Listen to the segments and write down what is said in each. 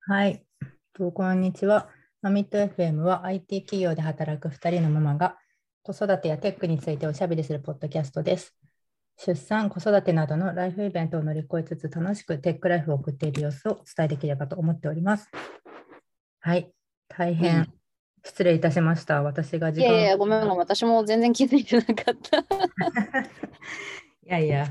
はい、こんにちは。マミット FM は IT 企業で働く2人のママが子育てやテックについておしゃべりするポッドキャストです。出産、子育てなどのライフイベントを乗り越えつつ楽しくテックライフを送っている様子をお伝えできればと思っております。はい、大変失礼いたしました。私が時間。 いやいや、ごめん、私も全然気づいてなかった。 いやいや、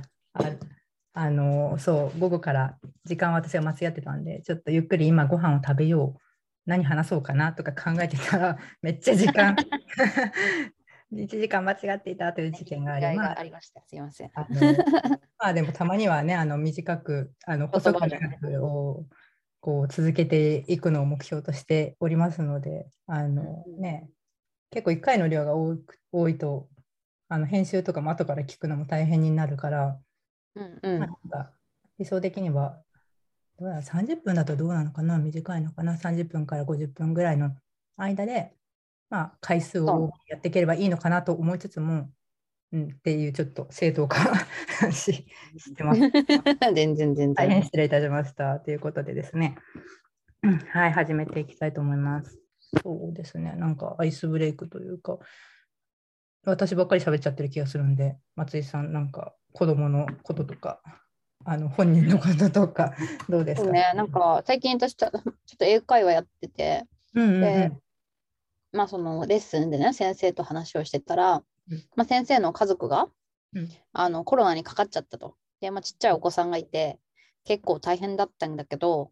そう、午後から時間を私が間違ってたんで、ちょっとゆっくり今ご飯を食べよう。何話そうかなとか考えてたら、めっちゃ時間、1時間間違っていたという事件があり、 がありました。すいません。 でもたまにはね、短く、細く長くをこう続けていくのを目標としておりますので、結構1回の量が多いと、編集とかも後から聞くのも大変になるから、なんか理想的にはどうだ30分だとどうなのかな、短いのかな、30分から50分ぐらいの間で、回数をやっていければいいのかなと思いつつも、っていうちょっと正当化してます。 全然。 大変失礼いたしましたということでですね、はい、始めていきたいと思います。そうですね、なんかアイスブレイクというか、私ばっかり喋っちゃってる気がするんで、松井さん、なんか子供のこととか、本人のこととか、どうですか？ ね、なんか最近私ちょっと英会話やってて、で、そのレッスンでね、先生と話をしてたら、先生の家族が、コロナにかかっちゃったと。で、ちっちゃいお子さんがいて、結構大変だったんだけど、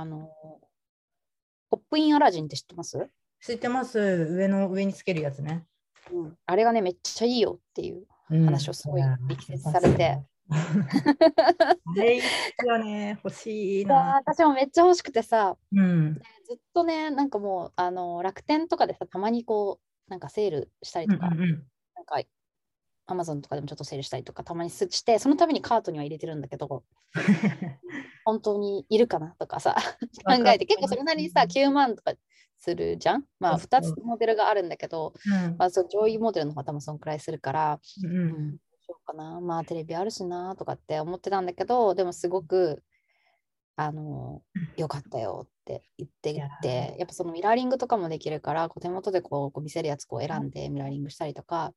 ポップインアラジンって知ってます？ 知ってます。上につけるやつね。 あれがね、めっちゃいいよっていう話をすごい力説されて。 あれいいよね、欲しいな。 私もめっちゃ欲しくてさ、 うん、 ずっとね、なんかもう、楽天とかでさ、たまにこう、なんかセールしたりとか、なんか、アマゾンとかでもちょっとセールしたりとか、たまにして、その度にカートには入れてるんだけど、本当にいるかなとかさ、考えて、結構それなりにさ、9万とかするじゃん。2つモデルがあるんだけど、そう上位モデルの方多分そんくらいするから、どうしようかな、テレビあるしなとかって思ってたんだけど、でもすごく、よかったよって言っていて、やっぱそのミラーリングとかもできるから、手元でこう見せるやつを選んでミラーリングしたりとか、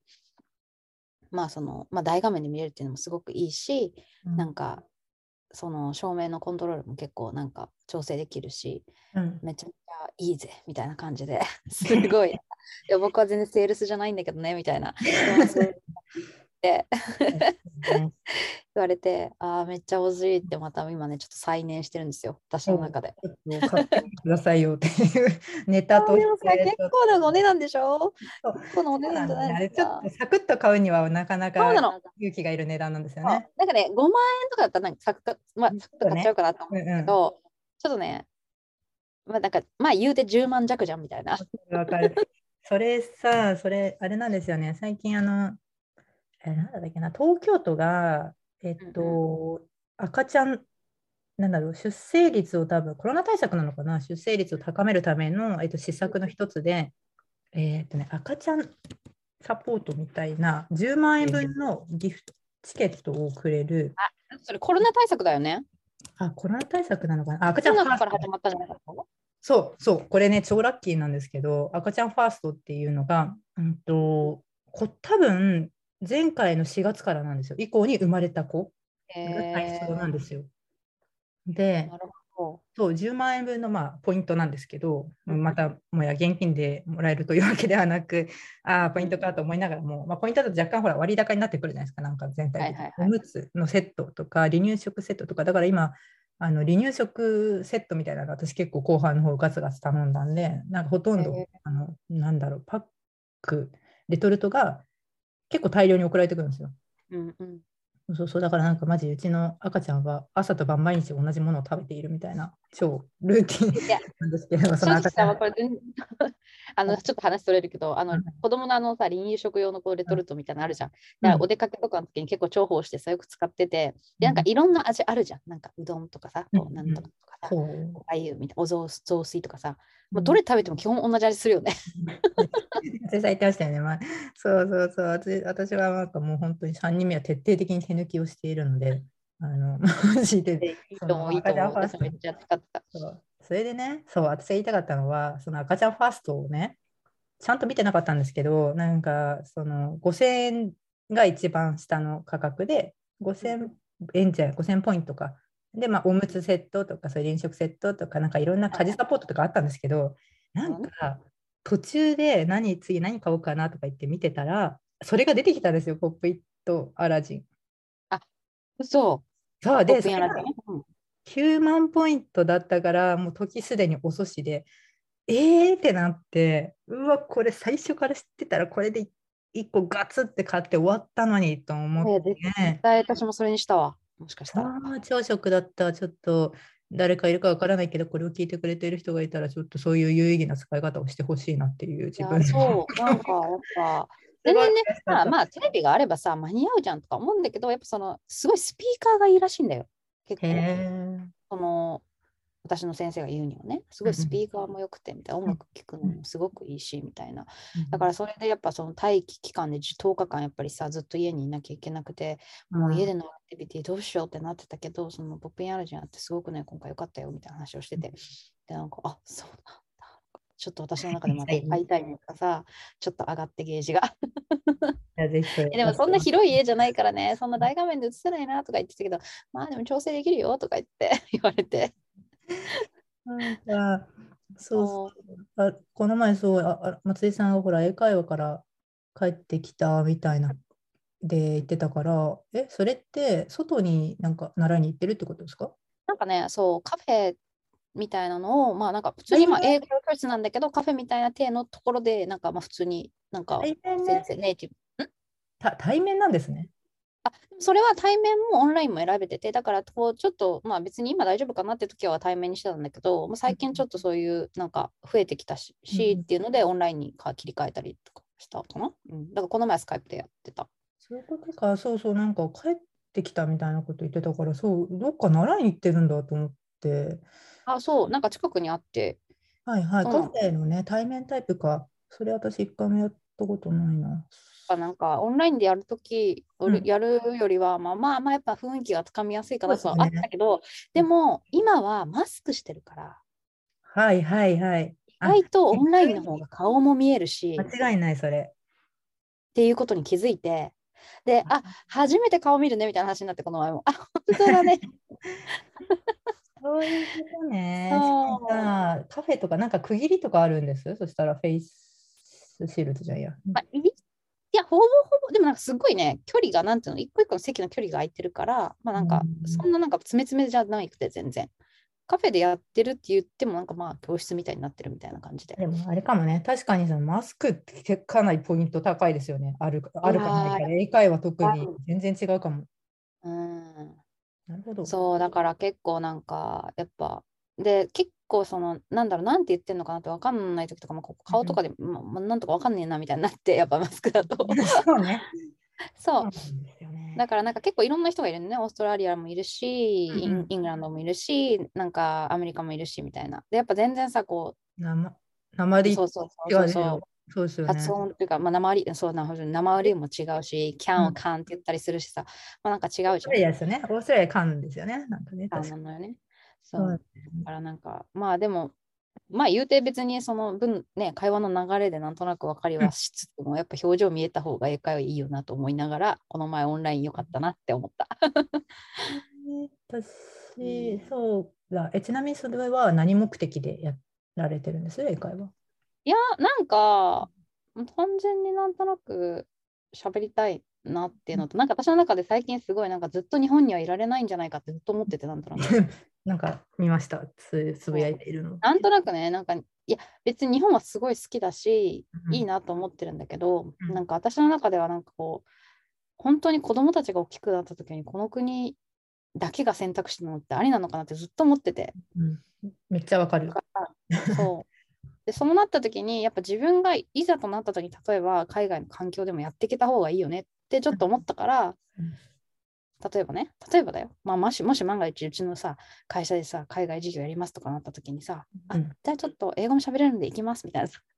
大画面で見れるっていうのもすごくいいし、なんかその照明のコントロールも結構なんか調整できるし、めちゃめちゃいいぜみたいな感じですごい。いや僕は全然セールスじゃないんだけどねみたいな。でもすごいって言われて、めっちゃ欲しいってまた今ね、ちょっと再燃してるんですよ、私の中で。 買ってくださいよっていうネタとしでもそれて。 結構なお値段でしょ？ そう結構なお値段じゃないですちょっか。 とサクッと買うにはなかなかそうなの。 勇気がいる値段なんですよね。 なんかね、5万円とかだったらなんかサクッと買っちゃうかなと思うんだけど、ちょっとね、なんか、言うて10万弱じゃんみたいな。 わかる。それさ、あれなんですよね。最近なんだっけな、東京都が、赤ちゃん、なんだろう、出生率を多分、コロナ対策なのかな、出生率を高めるための、施策の一つで、赤ちゃんサポートみたいな10万円分のギフト、チケットをくれる。 それコロナ対策だよね。 コロナ対策なのかな。赤ちゃんコロファースト。 ナから始まったんじゃないかな。 そう、これね、超ラッキーなんですけど、赤ちゃんファーストっていうのが、多分、前回の4月からなんですよ。以降に生まれた子が対象なんですよ。で、 なるほど。 そう、10万円分の、ポイントなんですけど、またもや現金でもらえるというわけではなく、ポイントかと思いながらも、ポイントだと若干ほら割高になってくるじゃないですか、なんか全体的に。おむつのセットとか、離乳食セットとか、だから今、離乳食セットみたいなの私結構後半の方ガツガツ頼んだんで、なんかほとんど、なんだろう、パック、レトルトが結構大量に送られてくるんですよ。そう、だからなんかマジうちの赤ちゃんは朝と晩毎日同じものを食べているみたいな超ルーティンなんですけど、その赤ちゃん。 これちょっと話それるけど、子供の離乳食用のレトルトみたいなのあるじゃん。だからお出かけとかの時に結構重宝してさ、よく使ってて、でなんかいろんな味あるじゃん。なんかうどんとかさ、なんとかとかさ、おかゆみたいな、雑炊とかさ、どれ食べても基本同じ味するよね。 先生言ってましたよね。そう、私はなんかもう本当に3人目は徹底的に手抜きをしているので、マジで、 いいと思う、いいと思う。私めっちゃ使ってた。 それでね、そう、私が言いたかったのは、その赤ちゃんファーストをね、ちゃんと見てなかったんですけど、なんか、その5000円が一番下の価格で、5000円じゃない、5000ポイントか。で、まあ、おむつセットとか、そういう飲食セットとか、なんかいろんな家事サポートとかあったんですけど、なんか、途中で次何買おうかなとか言って見てたら、それが出てきたんですよ、ポップイットアラジン。 あ、嘘。 そう、で、 ポップインアそれがラジンね。うん。 9万ポイントだったから、もう時すでに遅しで、ってなって、うわ、これ最初から知ってたら、これで1個ガツって買って終わったのにと思って絶ね。 対私もそれにしたわ。もしかしたら。 ああ、朝食だった。ちょっと誰かいるかわからないけど、これを聞いてくれている人がいたら、ちょっとそういう有意義な使い方をしてほしいなっていう自分の。 そう、なんかやっぱ、 すごい全然ね、 悔しかった。 まあテレビがあればさ、間に合うじゃんとか思うんだけど、やっぱすごいスピーカーがいいらしいんだよ。結へ構。 え。 その、私の先生が言うにはね、すごいスうんピーカーも良くて、みたいな、音うん楽聴くのうんもすごくいいし、みたいな。だかうんらそれでやっぱその待機期間で10日間やっぱりさ、ずっと家にいなきゃいけなくて、もう家でのアクティビティどうしようってなってたけど、そのポップインアルジンあってすごくね、今回良かったよ、みたいな話をしてて、で、なんか、あ、そうなんだ。ちょっと私の中でまた買いたいのがさ、ちょっと上がってゲージが。 いや、ぜひそれでもそんな広い家じゃないからね、そんな大画面で映せないなとか言ってたけど、まあでも調整できるよとか言って言われて。 なんか、そうそそう、この前そう、松井さんがほら、英会話から帰ってきたみたいなで言ってたから、それって外になんか習いに行ってるってことですか？ なんかね、そう、カフェみたいなのを、まあなんか普通にまあ対面、 英語教室なんだけど、カフェみたいな体のところで、なんかまあ普通になんか対面ね。 先生、ネイティブ。 対面なんですね。 それは対面もオンラインも選べてて、だからこうちょっと、まあ別に今大丈夫かなって時は対面にしてたんだけど、もう最近ちょっとそういうなんか増えてきたしうんっていうので、オンラインに切り替えたりとかしたかな。うん、だからこの前スカイプでやってた。 そういうことか、そうそう、なんか帰ってきたみたいなこと言ってたから、そう、どっか習いに行ってるんだと思って、 あ、そう、なんか近くにあって、 はいはい、カフそうなの。 ェのね、対面タイプか、それ私一回もやったことないな。 なんかオンラインでやるとき、 うん、 やるよりは、まあやっぱ雰囲気がつかみやすいかそうなとはあったですよね。 けど、でも今はマスクしてるから、 はいはいはい。 意外とオンラインの方が顔も見えるし、 間違いない、それ。 っていうことに気づいて、で、初めて顔見るねみたいな話になって、この前も。本当だね。 そういうことね。しかもそう。 さ、カフェとかなんか区切りとかあるんです。そしたらフェイスシールドじゃんや。 まあ、いや、ほぼほぼ、でもなんかすごいね、距離が、なんていうの、一個一個の席の距離が空いてるから、まあうなんか、そんん、 ななんか詰め詰めじゃなくて、全然。カフェでやってるって言っても、なんかまあ教室みたいになってるみたいな感じで。 でもあれかもね。確かにそのマスクってかなりポイント高いですよね。あいやるかないかー、 で。英会話特にある。 全然違うかも。 うん。 なるほど。 そう、だから結構なんか、やっぱ、で、結構なんだろう、なんて言ってんのかなって分かんない時とか、まあ、ここ顔とかで、なんとか分かんねえなみたいになって、やっぱマスクだと。 そうね。 そう。 そうなんですよね。 だからなんか結構いろんな人がいるね。オーストラリアもいるし、 うんイングランドもいるし、なんかアメリカもいるしみたいな。で、やっぱ全然さ、こう、 鉛そうそうそう違うでしょ。 そうそう、 そうですよね。 発音っていうか、まあ、そうな、鉛も違うし、キャンをうん。 カンって言ったりするしさ、まあ、なんか違うじゃん。 オーストラリアですよね。オーストラリア噛むんですよね。なんかね、 あ、 確かなのよね。そう。 そう。 だからなんか、まあでも、まあ言うて別にその分ね、会話の流れでなんとなく分かりうんはしつつも、やっぱ表情見えた方が英会話いいよなと思いながら、この前オンライン良かったなって思った。う私、 ん、 そうだ。ちなみにそれは何目的でやられてるんです英会話？ いや、なんか、単純になんとなく喋りたいなっていうのと、なんか私の中で最近すごいなんかずっと日本にはいられないんじゃないかってずっと思ってて、なんとなく。 なんか見ました。つぶやいそう、 ているの。 なんとなくね、なんか、いや、別に日本はすごい好きだし、いいうんなと思ってるんだけど、 うんなんか私の中ではなんかこう、本当に子供たちが大きくなった時にこの国だけが選択肢なのってありなのかなってずっと思ってて。 うんめっちゃわかる。 そう。で、そうなった時に、やっぱ自分がいざとなった時に、例えば海外の環境でもやっていけた方がいいよねってちょっと思ったから、 うん例えばね、例えばだよ、まあ、もし万が一うちのさ、会社でさ、海外事業やりますとかなった時にさ、 うんじゃあちょっと英語も喋れるんで行きますみたいなさ、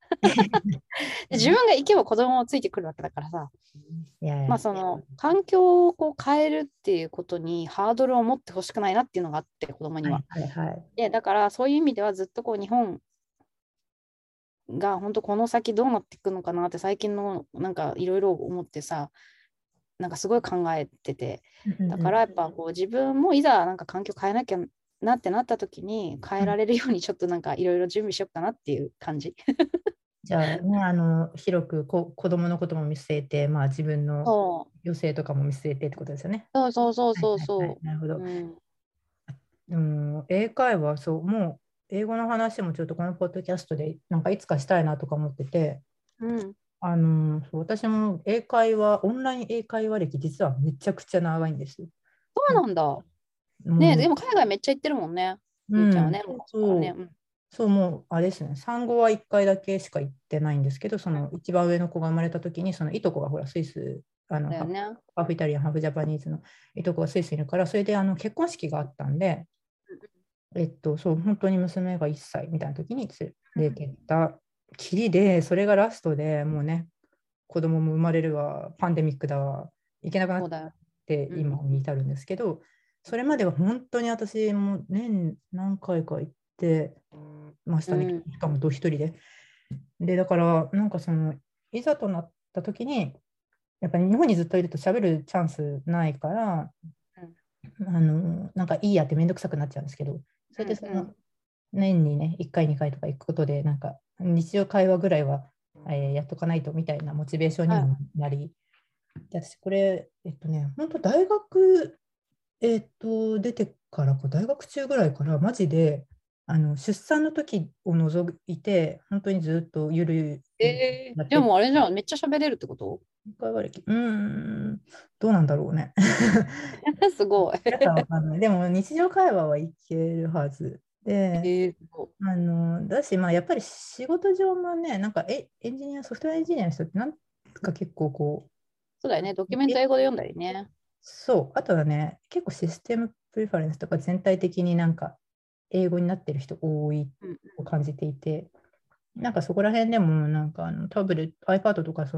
で自分が行けば子供もついてくるわけだからさ、 いやいや、 まあその環境をこう変えるっていうことにハードルを持ってほしくないなっていうのがあって、子供には。 はいはいはい。 で、だからそういう意味ではずっとこう日本が本当この先どうなっていくのかなって最近のなんかいろいろ思ってさ、なんかすごい考えてて、だからやっぱこう自分もいざなんか環境変えなきゃなってなった時に変えられるようにちょっとなんかいろいろ準備しようかなっていう感じ。 じゃあね、広く子供のことも見据えて、まあ自分のそ余生とかも見据えてってことですよね。 うそうそうはいそうはいはい。 そなるほど。 う。うん。 英会話、そう、もう英語の話もちょっとこのポッドキャストでなんかいつかしたいなとか思ってて、 うん。 そう私もオンライン英会話歴実はめちゃくちゃ長いんですよ。 そうなんだ。ね、 もうね、 でも海外めっちゃ行ってるもんね。 うん、 ゆうちゃんはね、 そう昔からね。 そう、 うん。 そうもうあれですね、産後は1回だけしか行ってないんですけど、その一番上の子が生まれた時に、そのいとこがほらスイス、 だよね。 ハーフイタリアン、ハーフジャパニーズのいとこがスイスにいるから、それで結婚式があったんで、そう、本当に娘が1歳みたいな時に連れてったきりで、それがラストでもうね、子供も生まれるわ、パンデミックだわ、行けなくなっそうだよ。 てうん。 今に至るんですけど、それまでは本当に私も年何回か行ってましたね、 うん。 しかも一人で。で、だから、なんかいざとなった時に、やっぱり日本にずっといると喋るチャンスないから、なんかいいやってめんどくさくなっちゃうんですけど、それでうん。 年にね、1回、2回とか行くことで、なんか日常会話ぐらいは、やっとかないとみたいなモチベーションにはい。 もなり、で私これ、本当大学、出てから大学中ぐらいからマジで、出産の時を除いて、本当にずっとゆるゆるやってて、 でもあれじゃん、めっちゃ喋れるってこと？ 会話歴、どうなんだろうね。 すごい。 やったらわかんない。でも日常会話はいけるはずで、 すごい。 だし、まあ、やっぱり仕事上もね、なんかエンジニア、ソフトウェアエンジニアの人ってなんか結構そうだよね、ドキュメント英語で読んだりね。 そう、あとはね、結構システムプレファレンスとか全体的になんか英語になってる人多いうん。 と感じていて、なんかそこら辺でもなんかタブレット、iPad とか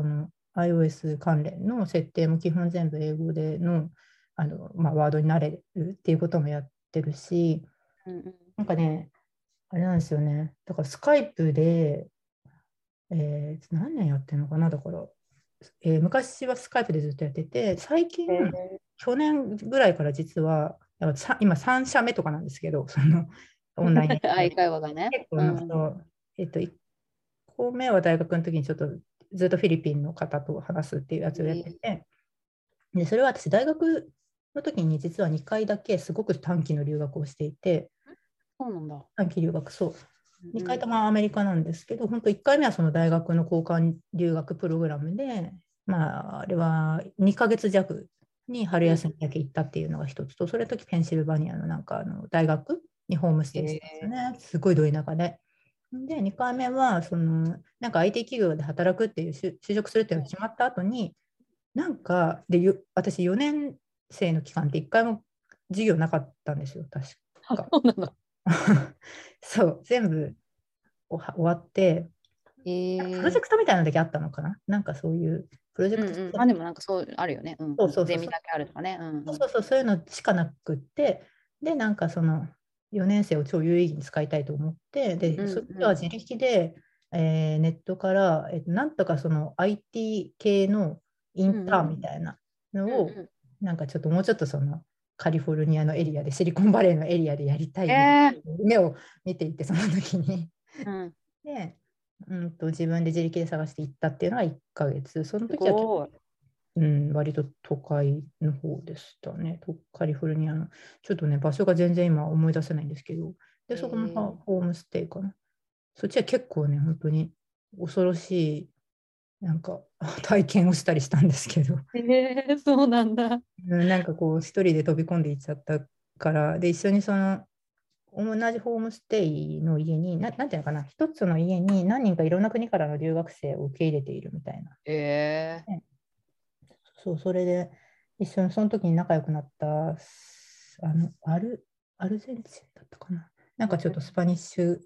iOS 関連の設定も基本全部英語での、まあ、ワードになれるっていうこともやってるし、 うんうん。 なんかね、あれなんですよね。だからスカイプで、何年やってるのかな、だから、昔はスカイプでずっとやってて、最近、 え去年ぐらいから実は、今3社目とかなんですけど、オンラインー、 で相会話がね。 結構うん。 1個目は大学の時にちょっとずっとフィリピンの方と話すっていうやつをやってて、で、それは私大学の時に実は2回だけすごく短期の留学をしていて、 そうなんだ。 短期留学、そう。2回うん。 ともアメリカなんですけど、本当1回目はその大学の交換留学プログラムで、まあ、あれは2ヶ月弱に春うん。 休みだけ行ったっていうのが一つと、それの時ペンシルバニアのなんか大学にホームステイしたんですよね。すごいど田舎で。で、2回目はなんか IT 企業で働くっていう、就職するっていうのが決まった後に、なんか私4年生の期間って1回も授業なかったんですよ、確あ、 か。 そうなの。 そう、全部終わって、プロジェクトみたいなのだけあったのかな、なんかそういうプロジェクト、 うんうん。まあでもなんかそうあるよね。うん。 そうそうそうそうゼミだけあるとかね。うんうん。 そういうのしかなくって、で、なんか4年生を超有意義に使いたいと思って、 うで、そっちはんうん。 自力で、ネットから、なんとかIT 系のインターンうんうん。 みたいなのを、 うんうなんかちょっともうちょっとカリフォルニアのエリアで、シリコンバレーのエリアでやりたん。 いみたいな夢を見ていて、その時に。 うん。 で、自分で自力で探していったっていうのは1ヶ月。そのす時はごい。 割と都会の方でしたね。カリフォルニアの。ちょっとね、場所が全然今思い出せないんですけど。で、そこのホームステイかな。そっちは結構ね、本当に恐ろしい、なんか体験をしたりしたんですけど。 そうなんだ。 なんか一人で飛び込んでいっちゃったから、で、一緒に同じホームステイの家に、なんていうのかな、一つの家に何人かいろんな国からの留学生を受け入れているみたいな。 えね、そう、それで一緒にその時に仲良くなった、アルゼンチンだったかな。なんかちょっとスパニッシュ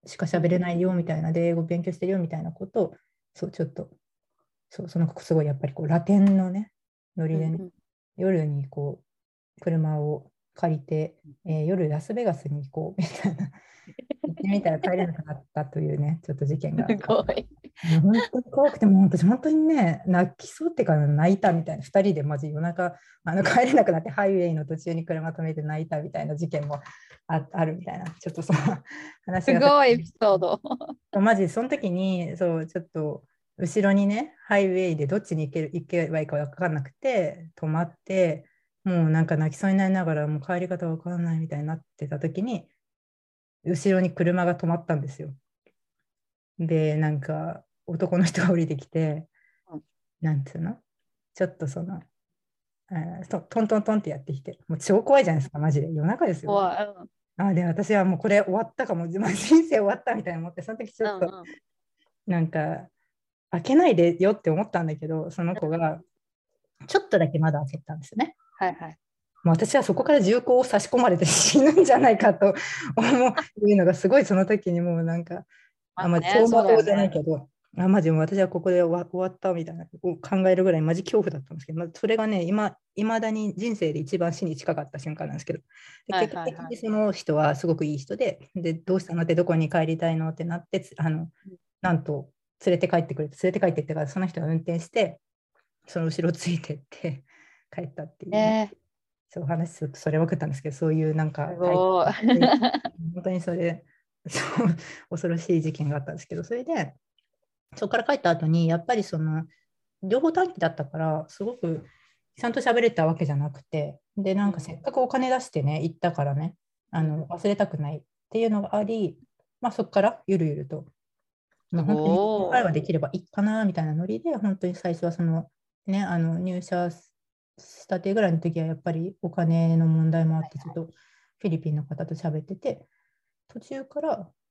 しか喋れないよみたいな、で、英語勉強してるよみたいなことを、そう、ちょっと、その子すごいやっぱりこうラテンのね、ノリで、ね、夜にこう、車を借りて、夜ラスベガスに行こうみたいな。行ってみたら帰れなくなったというね、ちょっと事件が。 すごい。 本当に怖くて、もう私、本当にね、泣きそうってから泣いたみたいな、2人でマジ夜中、帰れなくなって、ハイウェイの途中に車止めて泣いたみたいな事件もあるみたいな、ちょっとその話が。 すごいエピソード。 マジ、その時に、そう、ちょっと、後ろにね、ハイウェイでどっちに行けばいいか分からなくて、止まって、もうなんか泣きそうになりながら、もう帰り方分からないみたいになってた時に、後ろに車が止まったんですよ。で、なんか男の人が降りてきて、なんていうの、ちょっとその、トントントンってやってきて、もう超怖いじゃないですか、マジで。夜中ですよ。で、私はもうこれ終わったかも、人生終わったみたいに思って、その時ちょっと、なんか、開けないでよって思ったんだけど、その子が、ちょっとだけまだ開けたんですよね。 はいはい。 もう私はそこから銃口を差し込まれて死ぬんじゃないかと思うのがすごいその時にもうなんか、走馬灯じゃないけど、マジも私はここで終わったみたいな考えるぐらいマジ恐怖だったんですけど、それがね、いまだに人生で一番死に近かった瞬間なんですけど、で結果的にその人はすごくいい人で、どうしたのってどこに帰りたいのってなって、なんと連れて帰ってってからその人が運転して、その後ろついてって帰ったっていう、ね。そう話すとそれ分かったんですけど、そういうなんか、本当にそれ、そう恐ろしい事件があったんですけど、それで、そこから帰った後に、やっぱりその、両方短期だったから、すごくちゃんと喋れたわけじゃなくて、で、なんかせっかくお金出してね、行ったからね、忘れたくないっていうのがあり、そこからゆるゆると、本当に今回はできればいいかなみたいなノリで、本当に最初はその、ね、入社したてぐらいの時はやっぱりお金の問題もあって、ちょっとフィリピンの方と喋ってて、途中から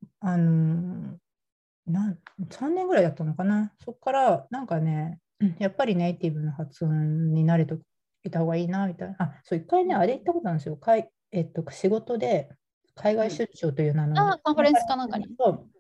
、3年ぐらいだったのかな。そこからなんかね、やっぱりネイティブの発音に慣れていた方がいいなみたいな。そう、一回ね、あれ行ったことあるんですよ。仕事で海外出張という名の、 カンファレンスかなんかに。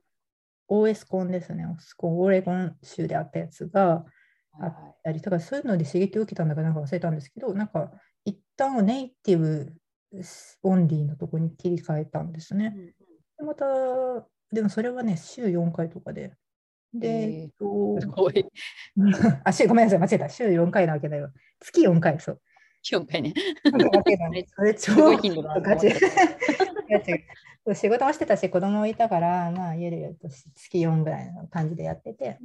OS コンですね。オレゴン州であったやつがあったり、だからそういうので刺激を受けたんだかなんか忘れたんですけど、なんか一旦ネイティブオンリーのとこに切り替えたんですね。でまた、でもそれはね、週4回とかで。で、 すごい。 ごめんなさい、間違えた。週4回なわけだよ。月4回、そう。 4回ね。 それ超頻度だ。ガチ。仕事もしてたし、子供もいたから、ゆるゆると月4ぐらいの感じでやってて、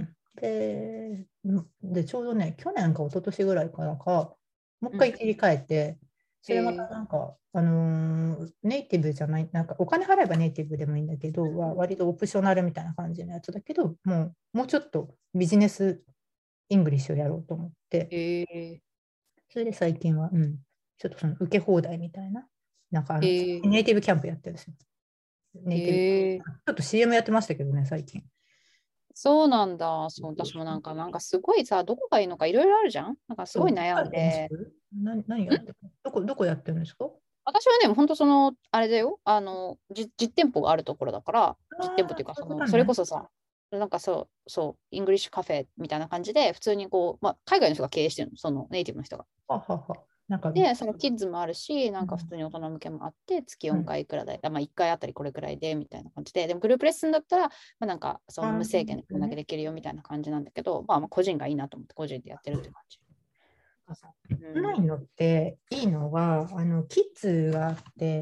で、ちょうどね、去年か一昨年ぐらいからか、もう一回切り替えて、それまたなんか、ネイティブじゃない、なんかお金払えばネイティブでもいいんだけど、割とオプショナルみたいな感じのやつだけど、もうちょっとビジネスイングリッシュをやろうと思って、それで最近は、ちょっとその受け放題みたいな、なんかネイティブキャンプやってるんですよ。ネイティブ、ちょっと CM やってましたけどね、最近。 そうなんだ。そう、私もなんかすごいさ、どこがいいのかいろいろあるじゃん。なんかすごい悩んで。 何やってるどこやってるんですか？ 私はね、本当あれだよ。実店舗があるところだから、実店舗っていうか、それこそさ、なんかイングリッシュカフェみたいな感じで、普通にこう、海外の人が経営してるの、そのネイティブの人が。で、そのキッズもあるし、なんか普通に大人向けもあって、月4回いくらで、1回あたりこれくらいで、みたいな感じで、でもグループレッスンだったら、なんかその無制限でこんだけできるよみたいな感じなんだけど、個人がいいなと思って、個人でやってるって感じ。 オンラインのっていいのは、キッズがあって、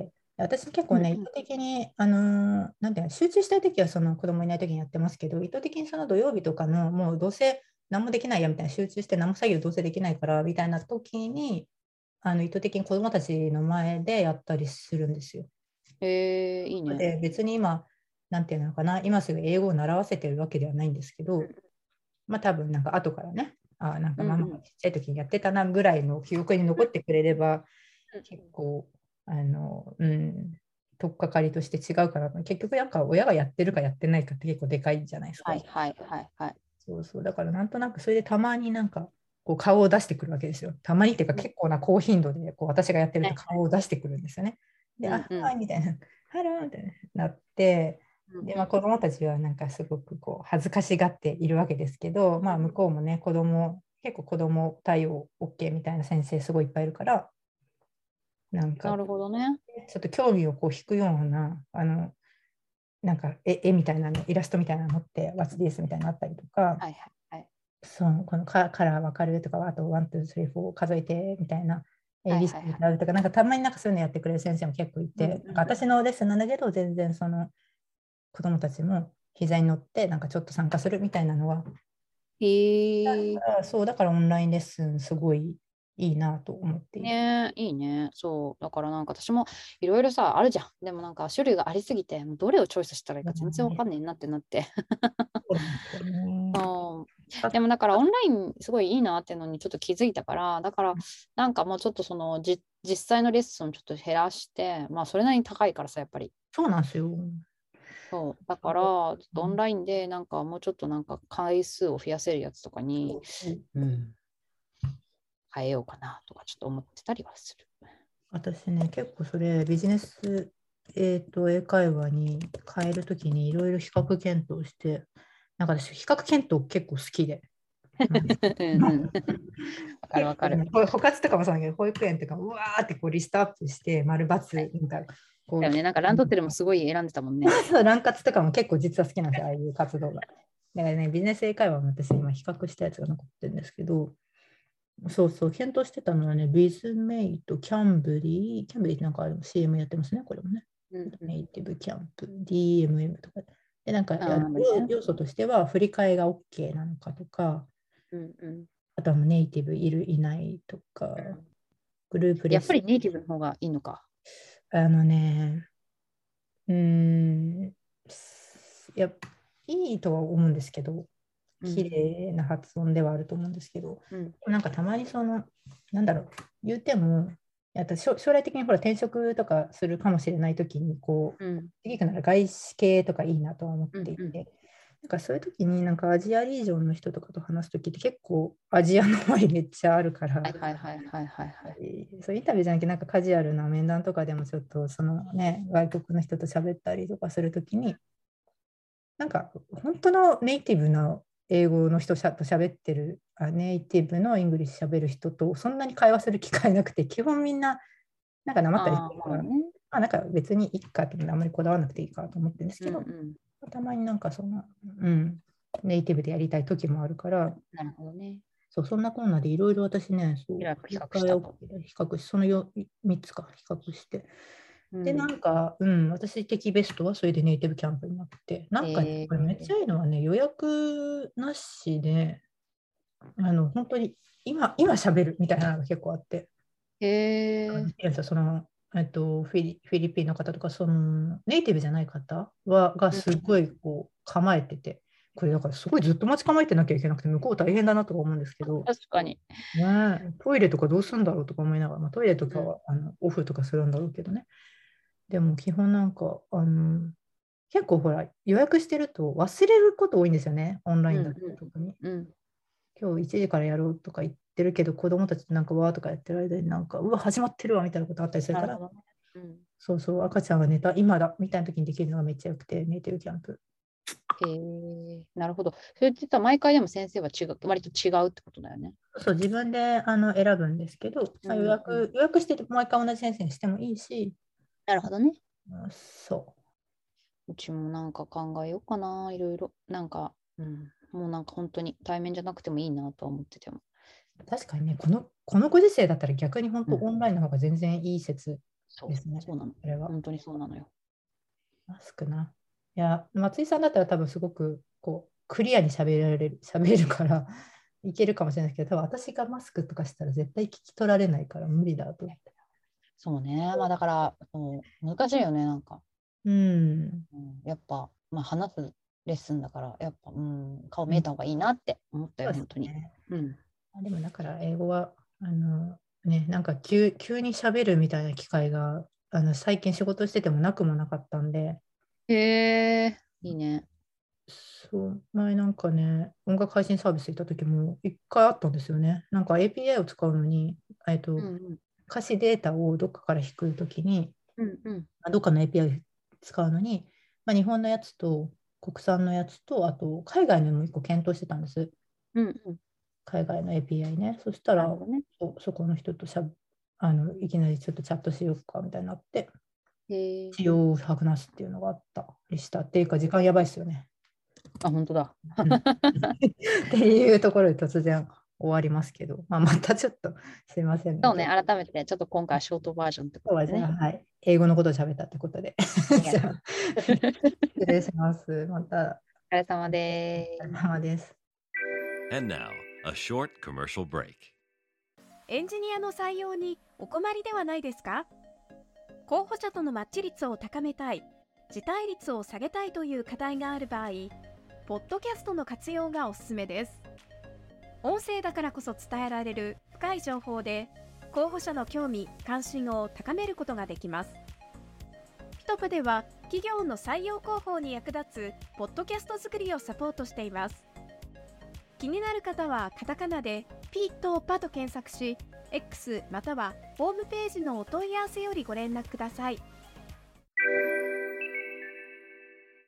私結構ね、意図的に、なんていうの、集中したいときはその子供いないときにやってますけど、意図的にその土曜日とかの、もうどうせ何もできないやみたいな、集中して何も作業どうせできないからみたいなときに、意図的に子供たちの前でやったりするんですよ。 いいね。 で、別に今、なんていうのかな、今すぐ英語を習わせてるわけではないんですけど、多分なんか後からね、なんかママがちっちゃい時にやってたなぐらいの記憶に残ってくれれば、結構、取っかかりとして違うかな。結局、なんか親がやってるかやってないかって結構でかいじゃないですか。そうそう。だからなんとなくそれでたまになんかこう顔を出してくるわけですよ。たまにっていうか結構な高頻度でこう私がやってると顔を出してくるんですよね。で、はいみたいな、ハローみたいなって、 で、子どもたちはなんかすごくこう恥ずかしがっているわけですけど、向こうもね、結構子ども対応 OK みたいな先生すごいいっぱいいるから、なんかなるほどね。 ちょっと興味をこう引くような、なんか絵みたいなの、イラストみたいなのって、What's this みたいなのあったりとか、 はいはいはい。 このカラー分かるとか、あと、1、2、3、4数えてみたいな、 はいはい。 ABC とか、なんかたまになんかそういうのやってくれる先生も結構いて、なんか私のレッスンなんだけど、全然その子供たちも膝に乗って、なんかちょっと参加するみたいなのは、 へえ。 だからオンラインレッスンすごいいいなと思っている。 ねえ、いいね。そう。だからなんか私もいろいろさ、あるじゃん。でもなんか種類がありすぎて、もうどれをチョイスしたらいいか全然わかんねえなってなって。 そうなんですよね。 そうでもだからオンラインすごいいいなっていうのにちょっと気づいたから、だからなんかもうちょっとその実際のレッスンをちょっと減らして、まあそれなりに高いからさ、やっぱり。 そうなんですよ。 そう。だから、ちょっとオンラインでなんかもうちょっとなんか回数を増やせるやつとかに、うん、変えようかなとかちょっと思ってたりはする。 私ね、結構それビジネス、英会話に変えるときにいろいろ比較検討して、なんか私、比較検討結構好きで。 うんうん。わかるわかる。 補活とかもそうだけど、保育園とかうわーってこうリストアップして、丸×、なんかこう、 だよね。なんかランドセルもすごい選んでたもんね。 そうラン活とかも結構実は好きなんですよ、ああいう活動が。だからね、ビジネス英会話も私今比較したやつが残ってるんですけど、そうそう、検討してたのはね、ビズメイト、キャンブリーってなんかある CM やってますね、これもね。 うんうん。 ネイティブキャンプ、DMM とか。で、なんかああ、ね。 要素としては、振り替えが OK なのかとか、 うんうん。 あとはネイティブいる、いないとか、グループレッスン。 やっぱりネイティブの方がいいのか。 あのね、うーん、いや、いいとは思うんですけど、綺うん麗な発音ではあると思うんですけど、 うん。 なんかたまになんだろう、言うても、将来的にほら転職とかするかもしれないときに、こう、 うんいいかなら外資系とかいいなとは思っうんうん。 ていて、なんかそういうときになんかアジアリージョンの人とかと話すときって結構アジアの割めっちゃあるから、 はいはいはいはいはいはい。 そうインタビューじゃなくてなんかカジュアルな面談とかでもちょっとそのね、外国の人と喋ったりとかするときに、なんか本当のネイティブの英語の人と喋ってるネイティブのイングリッシュ喋る人とそんなに会話する機会なくて基本みんななんかなまったりしああ、 てるから、 まあね。 なんか別にいいかってあんまりこだわらなくていいかと思ってるんですけど、 うんうん。 たまになんかうん、ネイティブでやりたい時もあるから、 なるほどね。 そんなこんなでいろいろ私ね、 いろいろ比較一回したと。 比較し、その3つか比較して、で、なうん。 んか、私的ベストはそれでネイティブキャンプになって、なんかね、これめっちゃいいのはね、予約なしで、本当に今喋るみたいなのが結構あって、 へえ。 その、フィリピンの方とか、そのネイティブじゃない方がうんすごいこう構えてて、これだからすごいずっと待ち構えてなきゃいけなくて、向こう大変だなとか思うんですけど、 確かに。 ね、トイレとかどうするんだろうとか思いながら、トイレとかうん。 はオフとかするんだろうけどね。でも基本なんか、結構ほら、予約してると忘れること多いんですよね、オンラインだとうんうん特に。 うん。 今日1時からやろうとか言ってるけど、子供たちとなんかわーとかやってる間になんか、うわ、始まってるわみたいなことあったりするから、 なるほどね。うん。 そうそう、赤ちゃんが寝た、今だみたいな時にできるのがめっちゃよくて、ネイティブキャンプ。 へえ。なるほど。それって言ったら毎回でも先生は割と違うってことだよね。 そう、自分で選ぶんですけど、 うんうん。 予約してもう一回同じ先生にしてもいいし、 なるほどね。 そう。 うちもなんか考えようかな、いろいろ。なんか、うん。もうなんか本当に対面じゃなくてもいいなとは思ってても。 確かにね、このご時世だったら逆に本当うん。 オンラインの方が全然いい説そう、 ですね。 そうなの。 これは。 本当にそうなのよ。 マスクな。いや、松井さんだったら多分すごくこうクリアに喋れるからいけるかもしれないけど、多分私がマスクとかしたら絶対聞き取られないから無理だと思って。 そうね。まあだから、難しいよね、なんか。 うん。 やっぱ、まあ話すレッスンだから、やっぱ、顔うん、 見えた方がいいなって思ったよ、 そうです本当に。 ね。 うん。 でもだから英語は、なんか急に喋るみたいな機会が、最近仕事しててもなくもなかったんで、 へえ、いいね。 そう、前なんかね、音楽配信サービス行った時も一回あったんですよね。なんか API を使うのに、 うんうん歌詞データをどっかから引くときに、 うんうんどっかの API を使うのに、 まあ、日本のやつと国産のやつと、あと海外のも1個検討してたんです。 うんうん。 海外の API ね。そしたら、 ね、 そこの人といきなりちょっとチャットしようかみたいになって、 仕様を話すっていうのがあったりしたっていうか、時間やばいっすよね。 あ、本当だ。 っていうところで突然終わりますけど、まあ、またちょっとすいませんね。 そうね、改めてちょっと今回ショートバージョンってことでね。 はい、英語のことを喋ったってことで。じゃあ失礼します。また。 お疲れ様です。 お疲れ様です。 And now, a short commercial break. エンジニアの採用にお困りではないですか？候補者とのマッチ率を高めたい、辞退率を下げたいという課題がある場合、ポッドキャストの活用がおすすめです。音声だからこそ伝えられる深い情報で、候補者の興味・関心を高めることができます。ピトプでは企業の採用広報に役立つポッドキャスト作りをサポートしています。気になる方はカタカナでピとパと検索し、X またはホームページのお問い合わせよりご連絡ください。